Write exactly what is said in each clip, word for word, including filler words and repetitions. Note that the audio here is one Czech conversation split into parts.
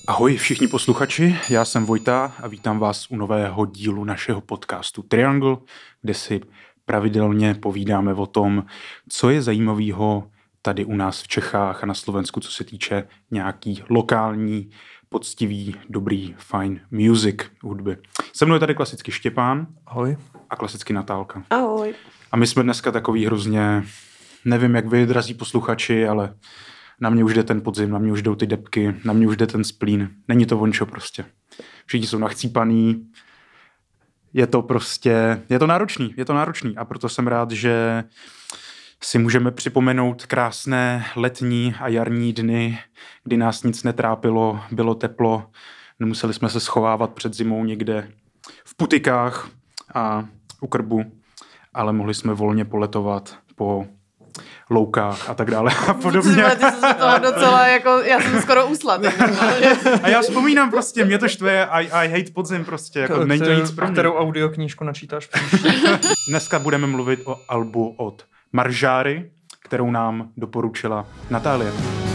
Ahoj všichni posluchači, já jsem Vojta a vítám vás u nového dílu našeho podcastu Triangle, kde si pravidelně povídáme o tom, co je zajímavého tady u nás v Čechách a na Slovensku, co se týče nějaký lokální, poctivý, dobrý, fajn music hudby. Se mnou je tady klasicky Štěpán. Ahoj. A klasicky Natálka. Ahoj. A my jsme dneska takový hrozně, nevím, jak vy, drazí posluchači, ale na mě už jde ten podzim, na mě už jdou ty debky, na mě už jde ten splín. Není to vončo prostě. Všichni jsou nachcípaný. Je to prostě, je to náročný, je to náročný. A proto jsem rád, že si můžeme připomenout krásné letní a jarní dny, kdy nás nic netrápilo, bylo teplo, nemuseli jsme se schovávat před zimou někde v putikách a u krbu, ale mohli jsme volně poletovat po loukách a tak dále a podobně. Ty jsi se toho docela, jako, já jsem skoro usla. A já vzpomínám prostě, mě to štve, I, I hate podzim prostě, jako není to nic pro mě. Kterou audioknížku načítáš příště? Dneska budeme mluvit o albu od Maržáry, kterou nám doporučila Natálie.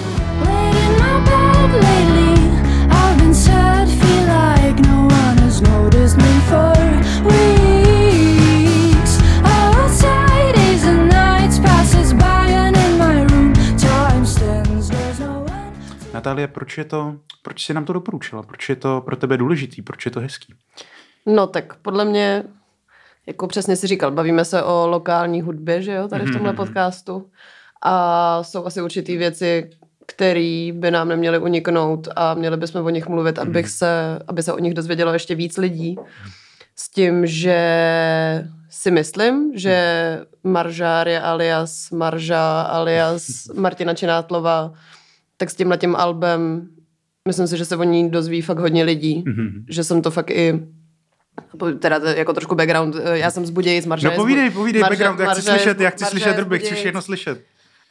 Natálie, proč je to, proč jsi nám to doporučila? Proč je to pro tebe důležitý? Proč je to hezký? No tak podle mě, jako přesně si říkal, bavíme se o lokální hudbě, že jo, tady v tomhle podcastu. A jsou asi určitý věci, které by nám neměly uniknout a měli bychom o nich mluvit, abych se, aby se o nich dozvědělo ještě víc lidí. S tím, že si myslím, že Maržáry alias Marža alias Martina Činátlová, tak s tímhletím albem, myslím si, že se o ní dozví fakt hodně lidí. Mm-hmm. Že jsem to fakt i, teda jako trošku background, já jsem z Budějic, Marža. No povídej, povídej Marža, background, já chci slyšet, já chci slyšet drby, chci všechno slyšet.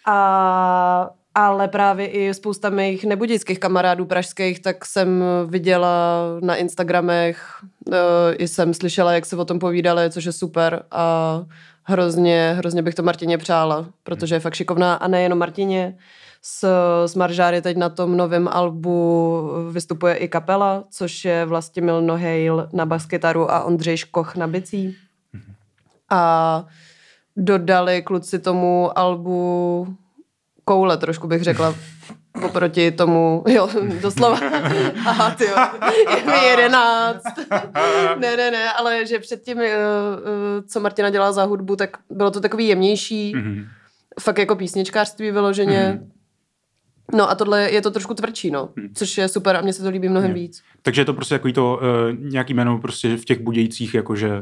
A, ale právě i spousta mých nebudějických kamarádů pražských, tak jsem viděla na Instagramech, i jsem slyšela, jak se o tom povídali, což je super a hrozně, hrozně bych to Martině přála, protože je fakt šikovná a nejenom Martině. S, s Maržáry teď na tom novém albu vystupuje i kapela, což je Vlastimil Nohejl na baskytaru a Ondřej Škoch na bicí. A dodali kluci tomu albu koule, trošku bych řekla, oproti tomu, jo, doslova. Aha, tyjo, je mi jedenáct. ne, ne, ne, ale že předtím, co Martina dělala za hudbu, tak bylo to takový jemnější, fakt jako písničkářství vyloženě. No a tohle je to trošku tvrdší, no, což je super a mně se to líbí mnohem je. víc. Takže je to prostě takový to, uh, nějaký jméno prostě v těch Budějcích, jakože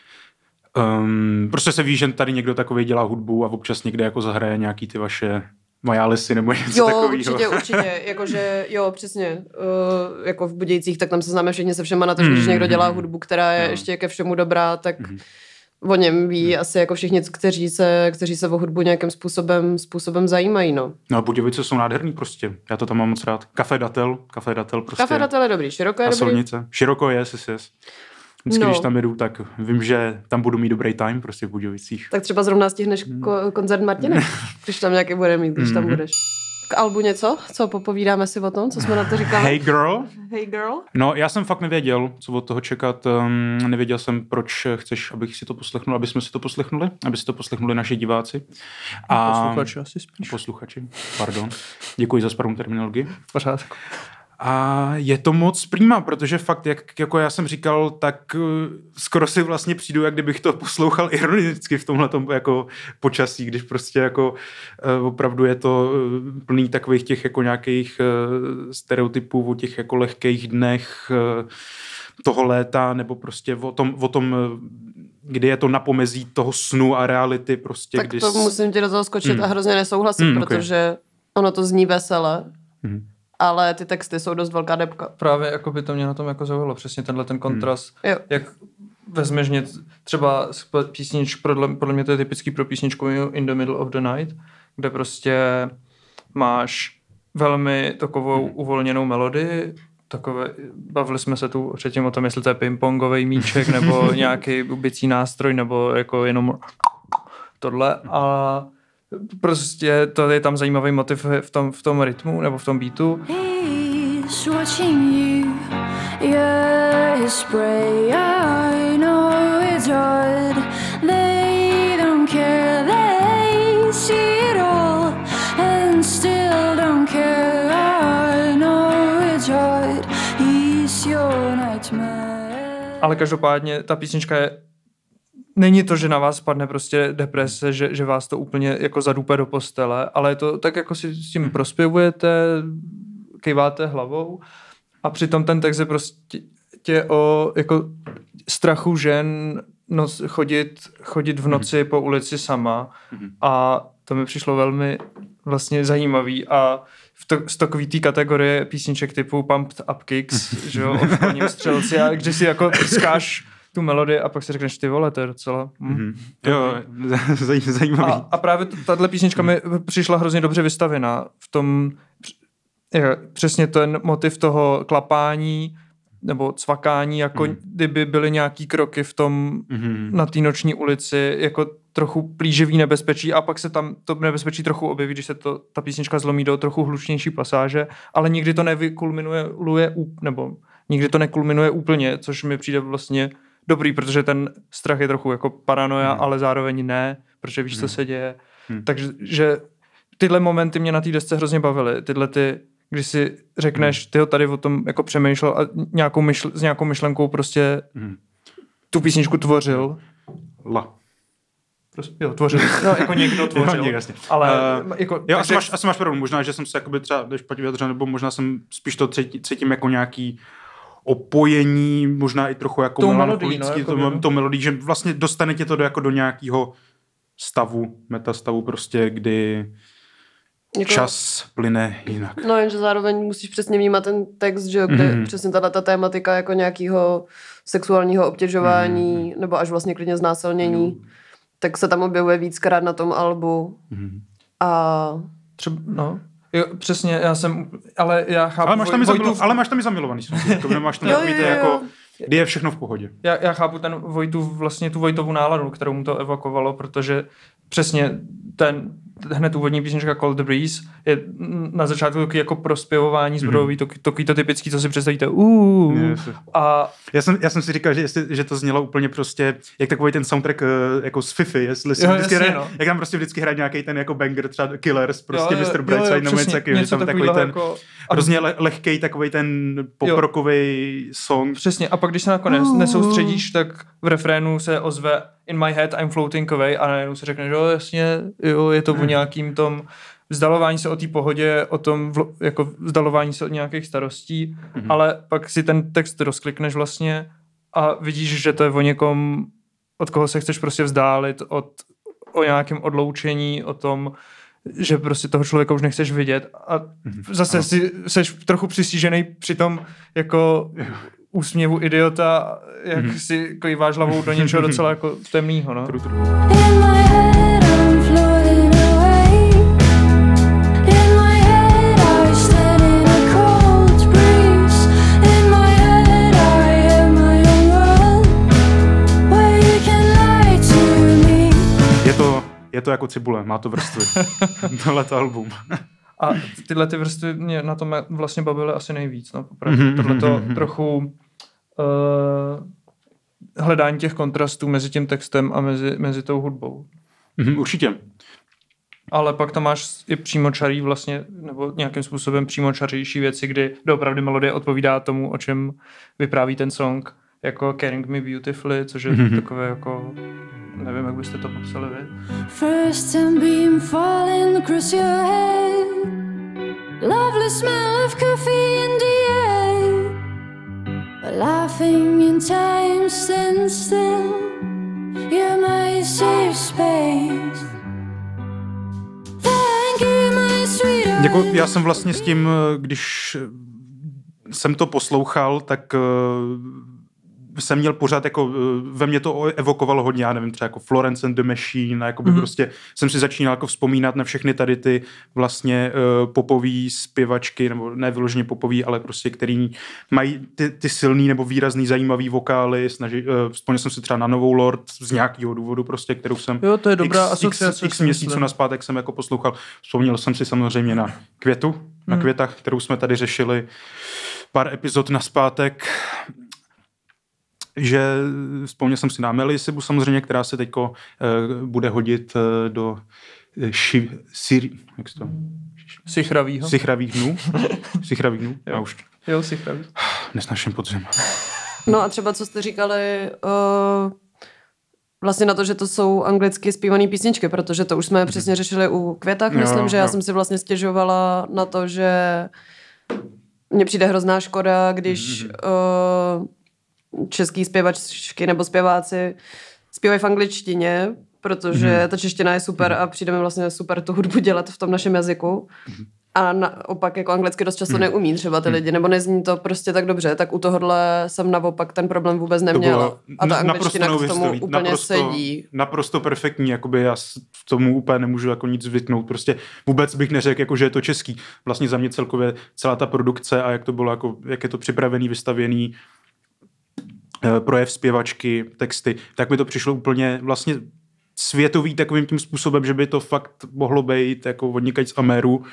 um, prostě se ví, že tady někdo takový dělá hudbu a občas někde jako zahraje nějaký ty vaše Majalisy nebo něco jo, takového. Jo, určitě, určitě, jakože, jo, přesně, uh, jako v Budějcích, tak tam se známe všichni se všema na to, mm, když někdo dělá hudbu, která je no. ještě ke všemu dobrá, tak mm. o něm ví mm. asi jako všichni, kteří se, kteří se o hudbu nějakým způsobem, způsobem zajímají, no. No a Budějovice jsou nádherný prostě, já to tam mám moc rád. Café Datel, Café Datel prostě. Café Datel je dobrý, Široko je a dobrý. Solnice. Široko je, yes, yes. Vždycky, no. když tam jedu, tak vím, že tam budu mít dobrý time prostě v Budějovicích. Tak třeba zrovna stihneš ko- koncert Martina, když tam nějaký bude mít, když mm-hmm. tam budeš. K albu něco? Co popovídáme si o tom? Co jsme na to říkali? Hey girl. Hey girl. No, já jsem fakt nevěděl, co od toho čekat. Um, nevěděl jsem, proč chceš, abych si to poslechnul, aby jsme si to poslechnuli, aby si to poslechnuli naši diváci. A posluchači asi spíš. Posluchači, pardon. Děkuji za správnou terminologii. Pořádku. A je to moc prima, protože fakt, jak jako já jsem říkal, tak uh, skoro si vlastně přijdu, jak kdybych to poslouchal ironicky v tomhletom jako počasí, když prostě jako uh, opravdu je to uh, plný takových těch jako nějakých uh, stereotypů o těch jako lehkých dnech uh, toho léta, nebo prostě o tom, o tom uh, kdy je to na pomezí toho snu a reality prostě. Tak když... to musím tě do toho skočit mm. a hrozně nesouhlasit, mm, protože okay. ono to zní vesele. Mm. Ale ty texty jsou dost velká debka. Právě jako by to mě na tom jako zaujalo, přesně tenhle ten kontrast. Hmm. Jak vezmeš mě třeba písničku, podle, podle mě to je typický pro písničku In the Middle of the Night, kde prostě máš velmi takovou hmm. uvolněnou melodii, takové, bavili jsme se tu předtím o tom, jestli to je pingpongový míček, nebo nějaký ubicí nástroj, nebo jako jenom tohle a prostě to je tam zajímavý motiv v tom, v tom rytmu nebo v tom beatu. just watching you. You're his prey, I know it's hard. They don't care, they see it all and still don't care. I know it's hard, he's your nightmare. Ale každopádně ta písnička je, není to, že na vás spadne prostě deprese, že, že vás to úplně jako zadupe do postele, ale je to tak, jako si s tím prospěvujete, kejváte hlavou a přitom ten text je prostě tě o jako strachu žen noc, chodit, chodit v noci po ulici sama a to mi přišlo velmi vlastně zajímavý a v to, z takový té kategorie písniček typu Pumped Up Kicks, že jo, o školním střelci a když si jako pískáš tu melodii a pak si řekneš, ty vole, to je docela... Hm. Mm-hmm. Jo, zajímavý. A, a právě tato písnička mi přišla hrozně dobře vystavěna v tom, je, přesně ten motiv toho klapání nebo cvakání, jako mm. kdyby byly nějaký kroky v tom mm-hmm. na té noční ulici, jako trochu plíživý nebezpečí a pak se tam to nebezpečí trochu objeví, když se to, ta písnička zlomí do trochu hlučnější pasáže, ale nikdy to nevykulminuje, luje, nebo nikdy to nekulminuje úplně, což mi přijde vlastně dobrý, protože ten strach je trochu jako paranoja, mm. ale zároveň ne, protože víš, mm. co se děje. Mm. Takže že tyhle momenty mě na té desce hrozně bavily. Tyhle ty, když si řekneš, ty ho tady o tom jako přemýšlel a nějakou myšl, s nějakou myšlenkou prostě mm. tu písničku tvořil. La. Prostě, jo, tvořil. No, jako někdo tvořil. Jo, ale uh, jako... Jo, asi máš, asi máš pravdu. Možná, že jsem se jakoby třeba špatně vyjadřil, nebo možná jsem spíš to cítím, cítím jako nějaký opojení, možná i trochu jako melancholický, no, to, to melodii, že vlastně dostane tě to do, jako do nějakého stavu, metastavu prostě, kdy jako, čas plyne jinak. No jenže zároveň musíš přesně vnímat ten text, že kde mm-hmm. přesně tato tématika jako nějakého sexuálního obtěžování mm-hmm. nebo až vlastně klidně znásilnění, mm-hmm. tak se tam objevuje víckrát na tom albu. Mm-hmm. A... Třeba, no... Jo, přesně, já jsem, ale já chápu... Ale máš tam, Vojtův... zamilo, ale máš tam i zamilovaný song, jako, máš tam takový ty jako, kdy je všechno v pohodě. Já, já chápu ten Vojtův, vlastně tu Vojtovu náladu, kterou mu to evokovalo, protože přesně ten hned úvodní písnička Cold the Breeze je na začátku takový jako prospěvování zbrojový, mm-hmm. to, to, to typický, co si představíte. Uh, yes. A... Já jsem, já jsem si říkal, že, jestli, že to znělo úplně prostě, jak takový ten soundtrack jako z Fifi, jestli si jo, vždycky jasně, hraje, no. jak tam prostě vždycky hraje nějaký ten jako banger, třeba Killers, prostě jo, mister Brightside, nebo něco takového, tam takový ten jako... hrozně le, lehkej takový ten poprokový song. Přesně, a pak když se nakonec uh. nesoustředíš, tak v refrénu se ozve In my head I'm floating away a najednou se řekne, že jo, jasně, jo, je to hmm. o nějakým tom vzdalování se o té pohodě, o tom vlo, jako vzdalování se od nějakých starostí, hmm. ale pak si ten text rozklikneš vlastně a vidíš, že to je o někom, od koho se chceš prostě vzdálit, od, o nějakém odloučení, o tom, že prostě toho člověka už nechceš vidět a hmm. zase ano. si seš trochu přistížený při tom jako úsměvu idiota, jak mm-hmm. si kýváš hlavou do něčeho docela jako temnýho, no. Je to, je to jako cibule, má to vrstvy. Tohleto album. A tyhle ty vrstvy mě na tom vlastně bavily asi nejvíc, no, popravdě. Mm-hmm. Tohleto trochu uh, hledání těch kontrastů mezi tím textem a mezi, mezi tou hudbou. Mm-hmm, určitě. Ale pak tam máš i přímočarý vlastně, nebo nějakým způsobem přímočařejší věci, kdy doopravdy melodie odpovídá tomu, o čem vypráví ten song, jako Carrying Me Beautifully, což je mm-hmm. takové jako, nevím, jak byste to popsali vy. First sunbeam falling across your head, lovely smell of coffee in the air, laughing in time stand still, you're my safe space. Thank you, my sweetheart. Jako já jsem vlastně s tím, když jsem to poslouchal, tak jsem měl pořád, jako ve mně to evokovalo hodně, já nevím, třeba jako Florence and the Machine, a jakoby mm-hmm. prostě jsem si začínal jako vzpomínat na všechny tady ty vlastně uh, popový zpěvačky, nebo ne vyloženě popový, ale prostě který mají ty, ty silný nebo výrazný zajímavý vokály, snaží, uh, vzpomněl jsem si třeba na Novou Lord z nějakého důvodu prostě, kterou jsem jo, to je dobrá x, asociace, x, x měsíců nazpátek jsem jako poslouchal. Vzpomněl jsem si samozřejmě na Květu, na hmm. Květách, kterou jsme tady řešili pár epizod nazpátek, že vzpomněl jsem si na Melisibu samozřejmě, která se teďko uh, bude hodit uh, do uh, ši, siri, jak se to? Sichravýho. Sichravých dnů. Sichravých dnů. Jo. Já už Jo, sichravý. nesnáším podzim. No a třeba co jste říkali uh, vlastně na to, že to jsou anglicky zpívané písničky, protože to už jsme přesně řešili u Květách, myslím, jo, že já jo. jsem si vlastně stěžovala na to, že mně přijde hrozná škoda, když uh, český zpěvačky nebo zpěváci zpívají v angličtině, protože Mhm. ta čeština je super a přijde mi vlastně super tu hudbu dělat v tom našem jazyku. A naopak jako anglicky dost často neumí třeba ty lidi, nebo nezní to prostě tak dobře, tak u tohohle jsem naopak ten problém vůbec neměla. A ta angličtina k tomu úplně naprosto, sedí. Naprosto perfektní, jakoby já v tomu úplně nemůžu jako nic vytknout, prostě vůbec bych neřekl, jako, že je to český. Vlastně za mě celkově celá ta produkce a jak to bylo, jako, jak je to připravený, vystavěný, projev zpěvačky, texty, tak mi to přišlo úplně vlastně světový takovým tím způsobem, že by to fakt mohlo být jako odnikať z Ameru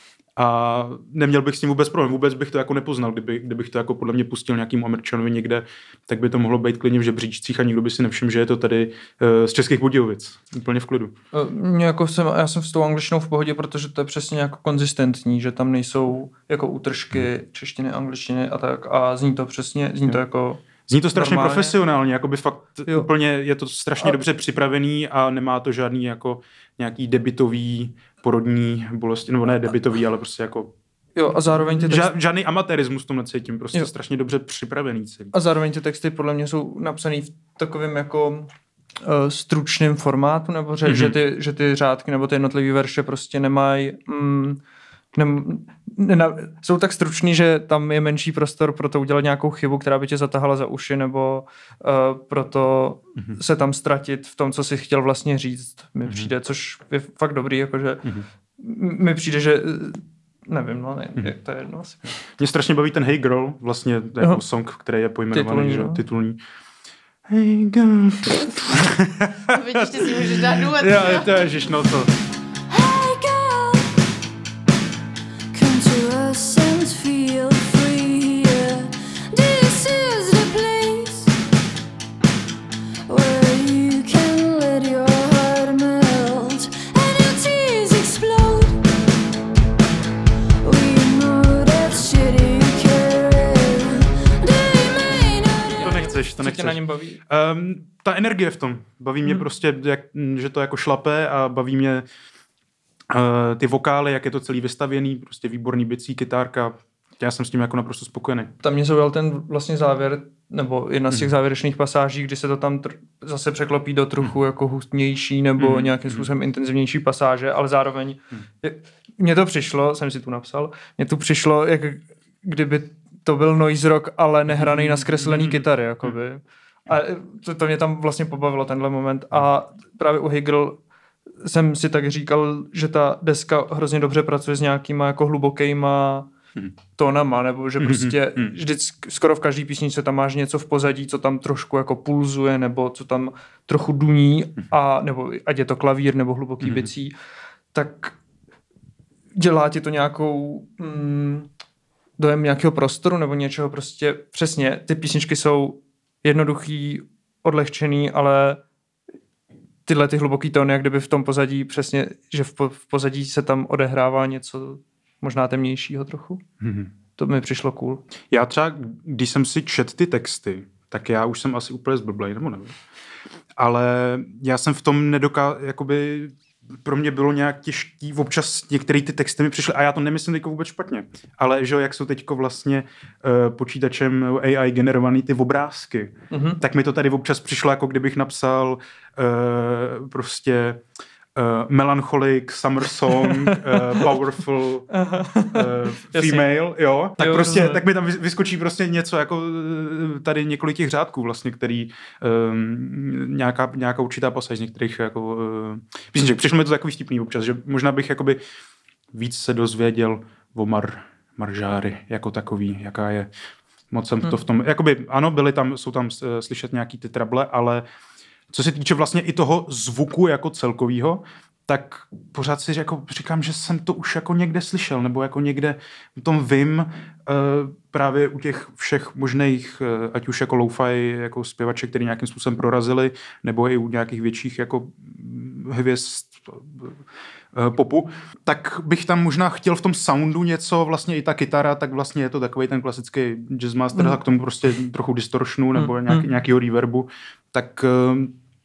a neměl bych s tím vůbec problém, vůbec bych to jako nepoznal, kdyby, kdybych to jako podle mě pustil nějakým Američanovi někde, tak by to mohlo být klidně v žebříčcích a nikdo by si nevšiml, že je to tady uh, z Českých Budějovic, úplně v klidu. Mě jako jsem, já jsem s tou angličtinou v pohodě, protože to je přesně jako konzistentní, že tam nejsou jako útržky češtiny, angličtiny a tak a zní to přesně, zní to jako Zní to strašně normálně. profesionálně, jako by fakt Jo. úplně je to strašně A- dobře připravený a nemá to žádný jako nějaký debitový porodní bolesti, nebo ne debitový, ale prostě jako jo a zároveň ty texty, ža- žádný amatérismus v tom necítím, prostě Jo. strašně dobře připravený celý. a zároveň ty texty podle mě jsou napsaný v takovém jako uh, stručném formátu, nebo že, Mhm. že, ty, že ty řádky nebo ty jednotlivé verše prostě nemají mm, ne, ne, jsou tak stručný, že tam je menší prostor pro to udělat nějakou chybu, která by tě zatahala za uši, nebo uh, proto Mhm. se tam ztratit v tom, co jsi chtěl vlastně říct. Mi Mhm. přijde, což je fakt dobrý, jakože Mhm. mi přijde, že nevím, no, ne, Mhm. to je jedno asi. Mě strašně baví ten Hey Girl, vlastně jako Aha. song, který je pojmenovaný, Titulní, že jo, no. titulní. Hey Girl. Vidíš, ty si můžeš dát duet. Jo, to je, ježiš, no to. Hey girl, come to us and feel free here. This is the place where you can let your heart melt and your tears explode. We know that shit you carry. They may not. To nechceš, to Co tě na nechceš. něm baví? Um, ta energie v tom. Baví mě Hmm. prostě, jak, že to jako šlape a baví mě uh, ty vokály, jak je to celý vystavěný, prostě výborný bicí, kytárka. Já jsem s tím jako naprosto spokojený. Tam mě zaujal ten vlastně závěr, nebo jedna z těch Mhm. závěrečných pasáží, kdy se to tam tr- zase překlopí do trochu jako hustnější nebo Mhm. nějakým způsobem intenzivnější pasáže, ale zároveň Mhm. je, mně to přišlo, jsem si tu napsal, mně to přišlo, jak kdyby to byl noise rock, ale nehraný na zkreslený Mhm. kytary, jakoby. A to, to mě tam vlastně pobavilo, tenhle moment. A právě u Hegel jsem si tak říkal, že ta deska hrozně dobře pracuje s nějakýma jako hlubokýma Mhm. tónama, nebo že prostě Mhm. vždycky, skoro v každý písničce tam máš něco v pozadí, co tam trošku jako pulzuje, nebo co tam trochu duní, a, nebo ať je to klavír, nebo hluboký Mhm. bicí, tak dělá ti to nějakou mm, dojem nějakého prostoru, nebo něčeho prostě, přesně, ty písničky jsou jednoduchý, odlehčený, ale tyhle ty hluboký tóny, jak kdyby v tom pozadí přesně, že v, po, v pozadí se tam odehrává něco možná temnějšího trochu. Mhm. To mi přišlo cool. Já třeba, když jsem si čet ty texty, tak já už jsem asi úplně zblblej, nebo nevím. Ale já jsem v tom nedokázal, jakoby pro mě bylo nějak těžký, občas některé ty texty mi přišly, a já to nemyslím teďko vůbec špatně, ale že jo, jak jsou teďko vlastně uh, počítačem A I generovaný ty obrázky, Mhm. tak mi to tady občas přišlo, jako kdybych napsal uh, prostě melancholic, summer song, uh, powerful uh, female, jo, tak jo, prostě, rozumím. tak mi tam vyskočí prostě něco jako tady několik těch řádků vlastně, který um, nějaká, nějaká určitá pasáž z některých jako uh, písniček. Přišlo mi to takový vtipný občas, že možná bych jakoby víc se dozvěděl o Mar, Maržáry jako takový, jaká je. Moc jsem hmm. to v tom, jakoby ano, byly tam, jsou tam uh, slyšet nějaký ty trable, ale co se týče vlastně i toho zvuku jako celkovýho, tak pořád si jako říkám, že jsem to už jako někde slyšel, nebo jako někde v tom vím uh, právě u těch všech možných, uh, ať už jako lo-fi jako zpěvaček, který nějakým způsobem prorazili, nebo i u nějakých větších jako hvězd uh, popu, tak bych tam možná chtěl v tom soundu něco, vlastně i ta kytara, tak vlastně je to takový ten klasický jazzmaster, mm. a k tomu prostě trochu distortionu nebo mm. nějak, nějakýho reverbu, tak uh,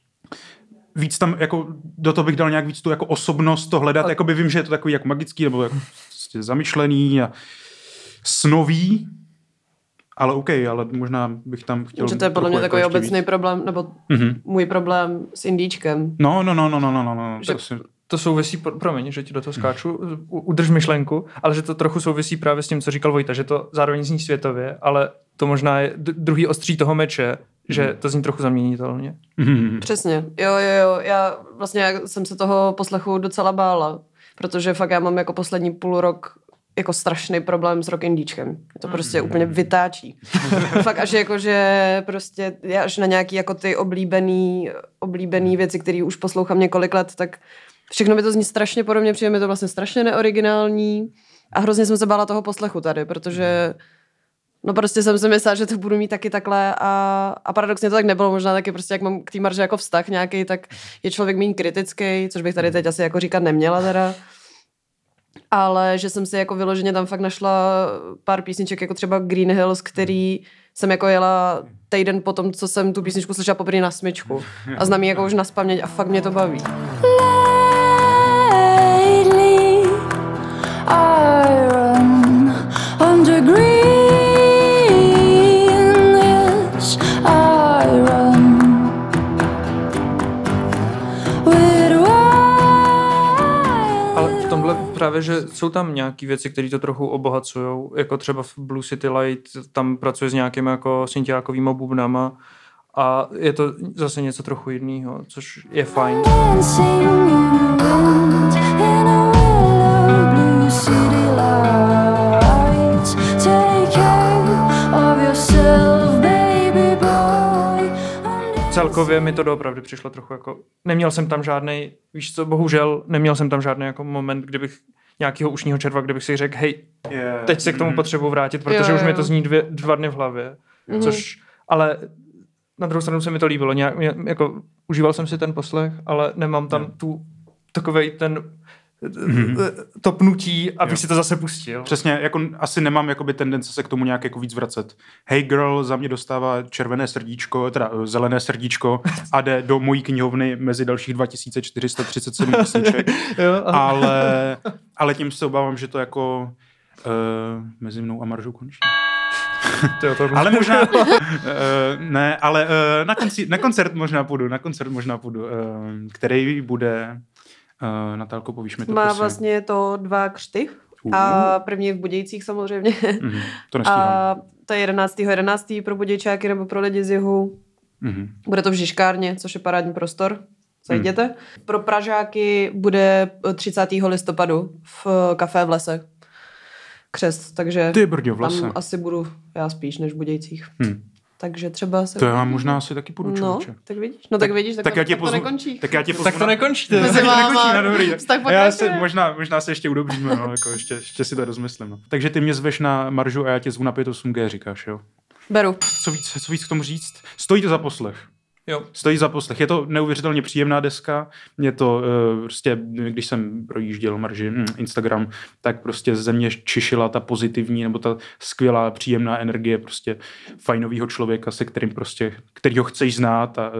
víc tam, jako do toho bych dal nějak víc tu jako osobnost to hledat, jako by vím, že je to takový jako magický, nebo jako prostě zamyšlený a snový, ale OK, ale možná bych tam chtěl... Že to je podle mě jako takový obecný víc. Problém, nebo mm-hmm. můj problém s indíčkem. No, no, no, no, no, no, no. Že... To si... To souvisí, promiň, že ti do toho skáču, udrž myšlenku, ale že to trochu souvisí právě s tím, co říkal Vojta, že to zároveň zní světově, ale to možná je druhý ostří toho meče, že to zní trochu zaměnitelně. Mm-hmm. Přesně, jo, jo, jo, já vlastně já jsem se toho poslechu docela bála, protože fakt já mám jako poslední půl rok jako strašný problém s rock indíčkem. To prostě mm. úplně vytáčí. Fakt až jako, že prostě já až na nějaký jako ty oblíbený, oblíbený věci, které už poslouchám několik let, tak všechno mi to zní strašně podobně, přijde mi to vlastně strašně neoriginální a hrozně jsem se bála toho poslechu tady, protože no prostě jsem si myslela, že to budu mít taky takhle a, a paradoxně to tak nebylo, možná taky prostě jak mám k té marži jako vztah nějaký, tak je člověk méně kritický, což bych tady teď asi jako říkat neměla teda. Ale že jsem si jako vyloženě tam fakt našla pár písniček, jako třeba Green Hills, který jsem jako jela týden po tom, co jsem tu písničku slyšela poprvé na smyčku. A znám ji jako už nazpaměť a fakt mě to baví. Lately, I run under green hills. I run with Ale v tomhle právě, že jsou tam nějaký věci, které to trochu obohacují, jako třeba v Blue City Light, tam pracuje s nějakými jako syntiákovýma bubnama a je to zase něco trochu jiného, což je fajn. dancing in the wind in a willow blue city lights. Take care of yourself, baby boy. Celkově mi to doopravdy přišlo trochu jako, neměl jsem tam žádnej, víš co, bohužel neměl jsem tam žádný jako moment, kdybych nějakého ušního červa, kdybych si řekl, hej, Yeah. teď se k tomu potřebuji vrátit, protože Jo, už mi jo. to zní dvě, dva dny v hlavě, Mhm. což, ale na druhou stranu se mi to líbilo, nějak, jako užíval jsem si ten poslech, ale nemám tam tu, takovej ten Mhm. topnutí, abych Jo. si to zase pustil. Přesně, jako asi nemám jakoby tendence se k tomu nějak jako víc vracet. Hey Girl za mě dostává červené srdíčko, teda uh, zelené srdíčko a jde do mojí knihovny mezi dalších dva tisíce čtyři sta třicet sedm písniček. Jo, a... ale, ale tím se obávám, že to jako uh, mezi mnou a Maržou končí. Tyjo, to Ale možná, uh, ne, ale uh, na, konci, na koncert možná půjdu, na koncert možná půjdu, uh, který bude, uh, Natálko, povíš mi to, Má prosím. vlastně to dva křty Uh. a první je v Budějcích samozřejmě. Mm-hmm, to nestíhám. A to je jedenáctého jedenáctého pro Budějčáky nebo pro lidi z jihu. Mm-hmm. Bude to v Žižkárně, což je parádní prostor. Zajděte. Hmm. Pro Pražáky bude třicátého listopadu v Café v lese. Křest, takže Ty brďo, v lese. tam asi budu já spíš než v Budějcích. Hmm. Takže třeba se... To já možná asi taky půjdu, No, člověče. tak vidíš. No tak, tak vidíš, tak, tak, to, já tě tak to pozvu, nekončí. tak já tě pozvu tak to na- nekončí. Tak Mezi to váma. nekončí, no dobrý. Vztah Já si, pokračuje. možná, možná se ještě udobříme, no, jako ještě, ještě si to rozmyslím. No. Takže ty mě zveš na Maržu a já tě zvu na pět osm gé, říkáš, jo? Beru. Co víc, co víc k tomu říct? Stojí to za poslech. Jo. Stojí za poslech. Je to neuvěřitelně příjemná deska. Mě to uh, prostě, když jsem projížděl Marži mm, Instagram, tak prostě ze mě čišila ta pozitivní nebo ta skvělá, příjemná energie prostě fajnovýho člověka, se kterým prostě, kterýho chceš znát a uh,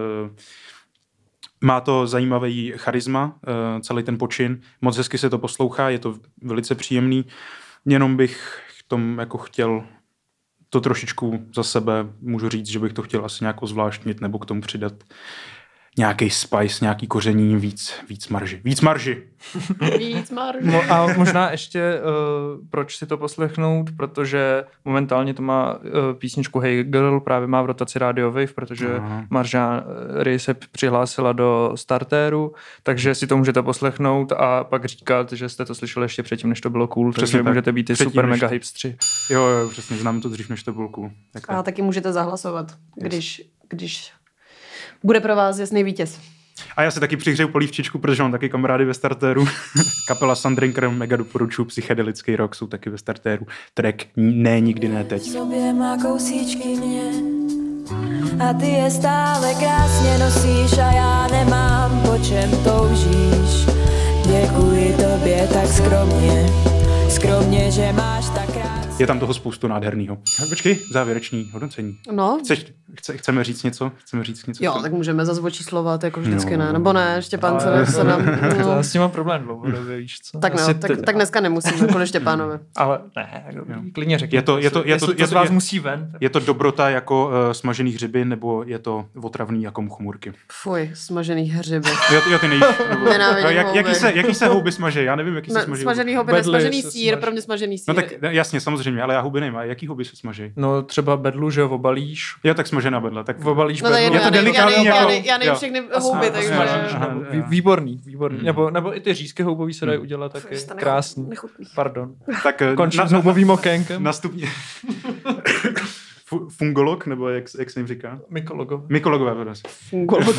má to zajímavý charisma, uh, celý ten počin. Moc hezky se to poslouchá, je to velice příjemný. Jenom bych k tomu jako chtěl to trošičku za sebe můžu říct, že bych to chtěl asi nějak ozvláštnit nebo k tomu přidat nějaký spice, nějaký koření, víc, víc marži. Víc marži! Víc marži. No a možná ještě, uh, proč si to poslechnout, protože momentálně to má uh, písničku Hey Girl, právě má v rotaci Radio Wave, protože Aha. Marjorie se přihlásila do startéru, takže si to můžete poslechnout a pak říkat, že jste to slyšeli ještě předtím, než to bylo cool, Přesně takže tak. můžete být i Předtím, super než- mega hipstři. Jo, jo, přesně, znám to dřív, než to bylo cool. Tak A taky můžete zahlasovat, když, když bude pro vás jasný vítěz. A já si taky přihřeju polívčičku, protože mám taky kamarády ve startéru. Kapela Sundrinker, mega doporučuji, psychedelický rock, jsou taky ve startéru. Track Ne, nikdy ne, teď. V sobě má kousíčky mě a ty je stále krásně nosíš a já nemám, po čem toužíš. Děkuji tobě tak skromně, skromně, že máš tak krásně. Je tam toho spoustu nádhernýho. Počkej, závěrečný hodnocení. No, Chceš, chce, chceme říct něco? Chceme říct něco? jo, tak můžeme zase očíslovat, jako vždycky Jo. ne. Nebo ne, Štěpán se, se nám... To No. já s tím mám problém dlouhodobě, víš co? Tak no, Asi tak, teď- tak dneska nemusíme, kvůli Štěpánovi. Ale ne, dobrý, klidně řekni. Je to- je to- je to- Jestli je to- z vás je- musí ven. tak- Je to dobrota jako uh, smažený hřiby, nebo je to otravný jako muchomůrky? Fuj, smažený hřiby. Jo, ty, jo, ty nejíš. Nebo, Nenávidím jak, houby. jaký, se, jaký se houby smaží? Já nevím, jaký se Ne, smaží. smažený houby, Bedly nesmažený se sír, smaž- pro mě smažený sír. No tak jasně, samozřejmě, ale já houby nevím. A jaký houby se smaží? No třeba bedlu, že jo, obalíš, Jo, tak smažená bedla. Tak obalíš No to je bedlu. jedno, Je to já nej- já delikátní nej- já jako- nej- já nejím jo. všechny A houby, sma- takže... smažíš, Aha, nebo aha. vý- Výborný, výborný. Hmm. Nebo, nebo i ty řízky houbový se dají udělat taky. Jste nechutný, Krásný. nechutný. Pardon. tak eh, Končím s houbovým okénkem. Na stupni... Fu- Fungolog, nebo jak, jak se jim říká? Mykologové. Mykologové, pardon. Fungolog.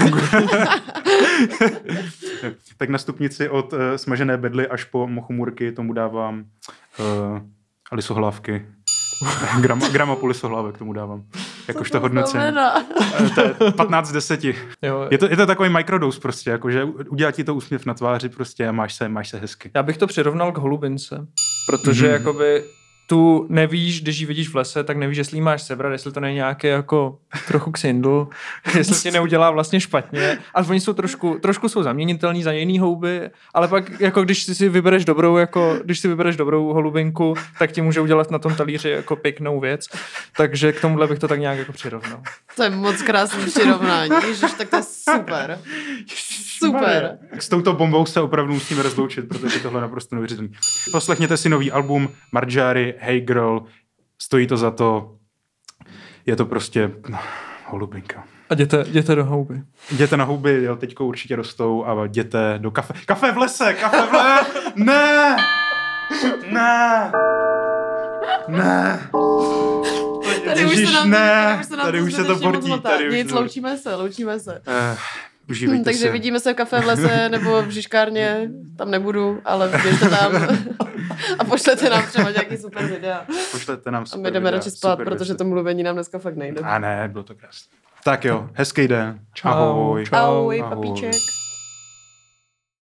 Tak na stupnici od uh, smažené bedly až po mochomůrky tomu dávám uh, lisohlávky. Grama, grama půl lisohlávek tomu dávám. Jakožto hodnocení. Eh, To je patnáct z deseti. Jo, Je to, je to takový microdose prostě, jakože udělá ti to úsměv na tváři prostě a máš se, máš se hezky. já bych to přirovnal k holubince, protože Mhm. jakoby tu nevíš, když ji vidíš v lese, tak nevíš, jestli ji máš sebrat, jestli to není nějaký jako trochu ksindl, jestli ti neudělá vlastně špatně. A oni jsou trošku, trošku jsou zaměnitelní za jiný houby, ale pak jako když si vybereš dobrou, jako když si vybereš dobrou holubinku, tak ti může udělat na tom talíři jako pěknou věc. Takže k tomuhle bych to tak nějak jako přirovnal. To je moc krásný přirovnání. Ježiš, tak to je super. Super. S touto bombou se opravdu musíme rozloučit, protože tohle je naprosto neuvěřitelný. Poslechněte si nový album Marjorie, Hey Girl, stojí to za to, je to prostě no, holubinka. A jděte, jděte do houby. Jděte na houby, jo, teďko určitě rostou a jděte do kafe. Kafe v lese, kafe v lese, ne, ne, ne. Tady už Ježíš, se nám, ne, tady už se, nám tady už se to zbytečně moc bortí, motá. tady už Nic, se to- loučíme se, loučíme se. Eh, užívejte Hm, takže se. vidíme se v kafe v lese nebo v Žižkárně, tam nebudu, ale běžte tam a pošlete nám třeba nějaký super videa. Pošlete nám A super my jdeme videa, radši spát, super protože věci. to mluvení nám dneska fakt nejde. A ne, bylo to krásné. Tak jo, hezký den. Čau, Ahoj. čau. Ahoj, Ahoj. papíček.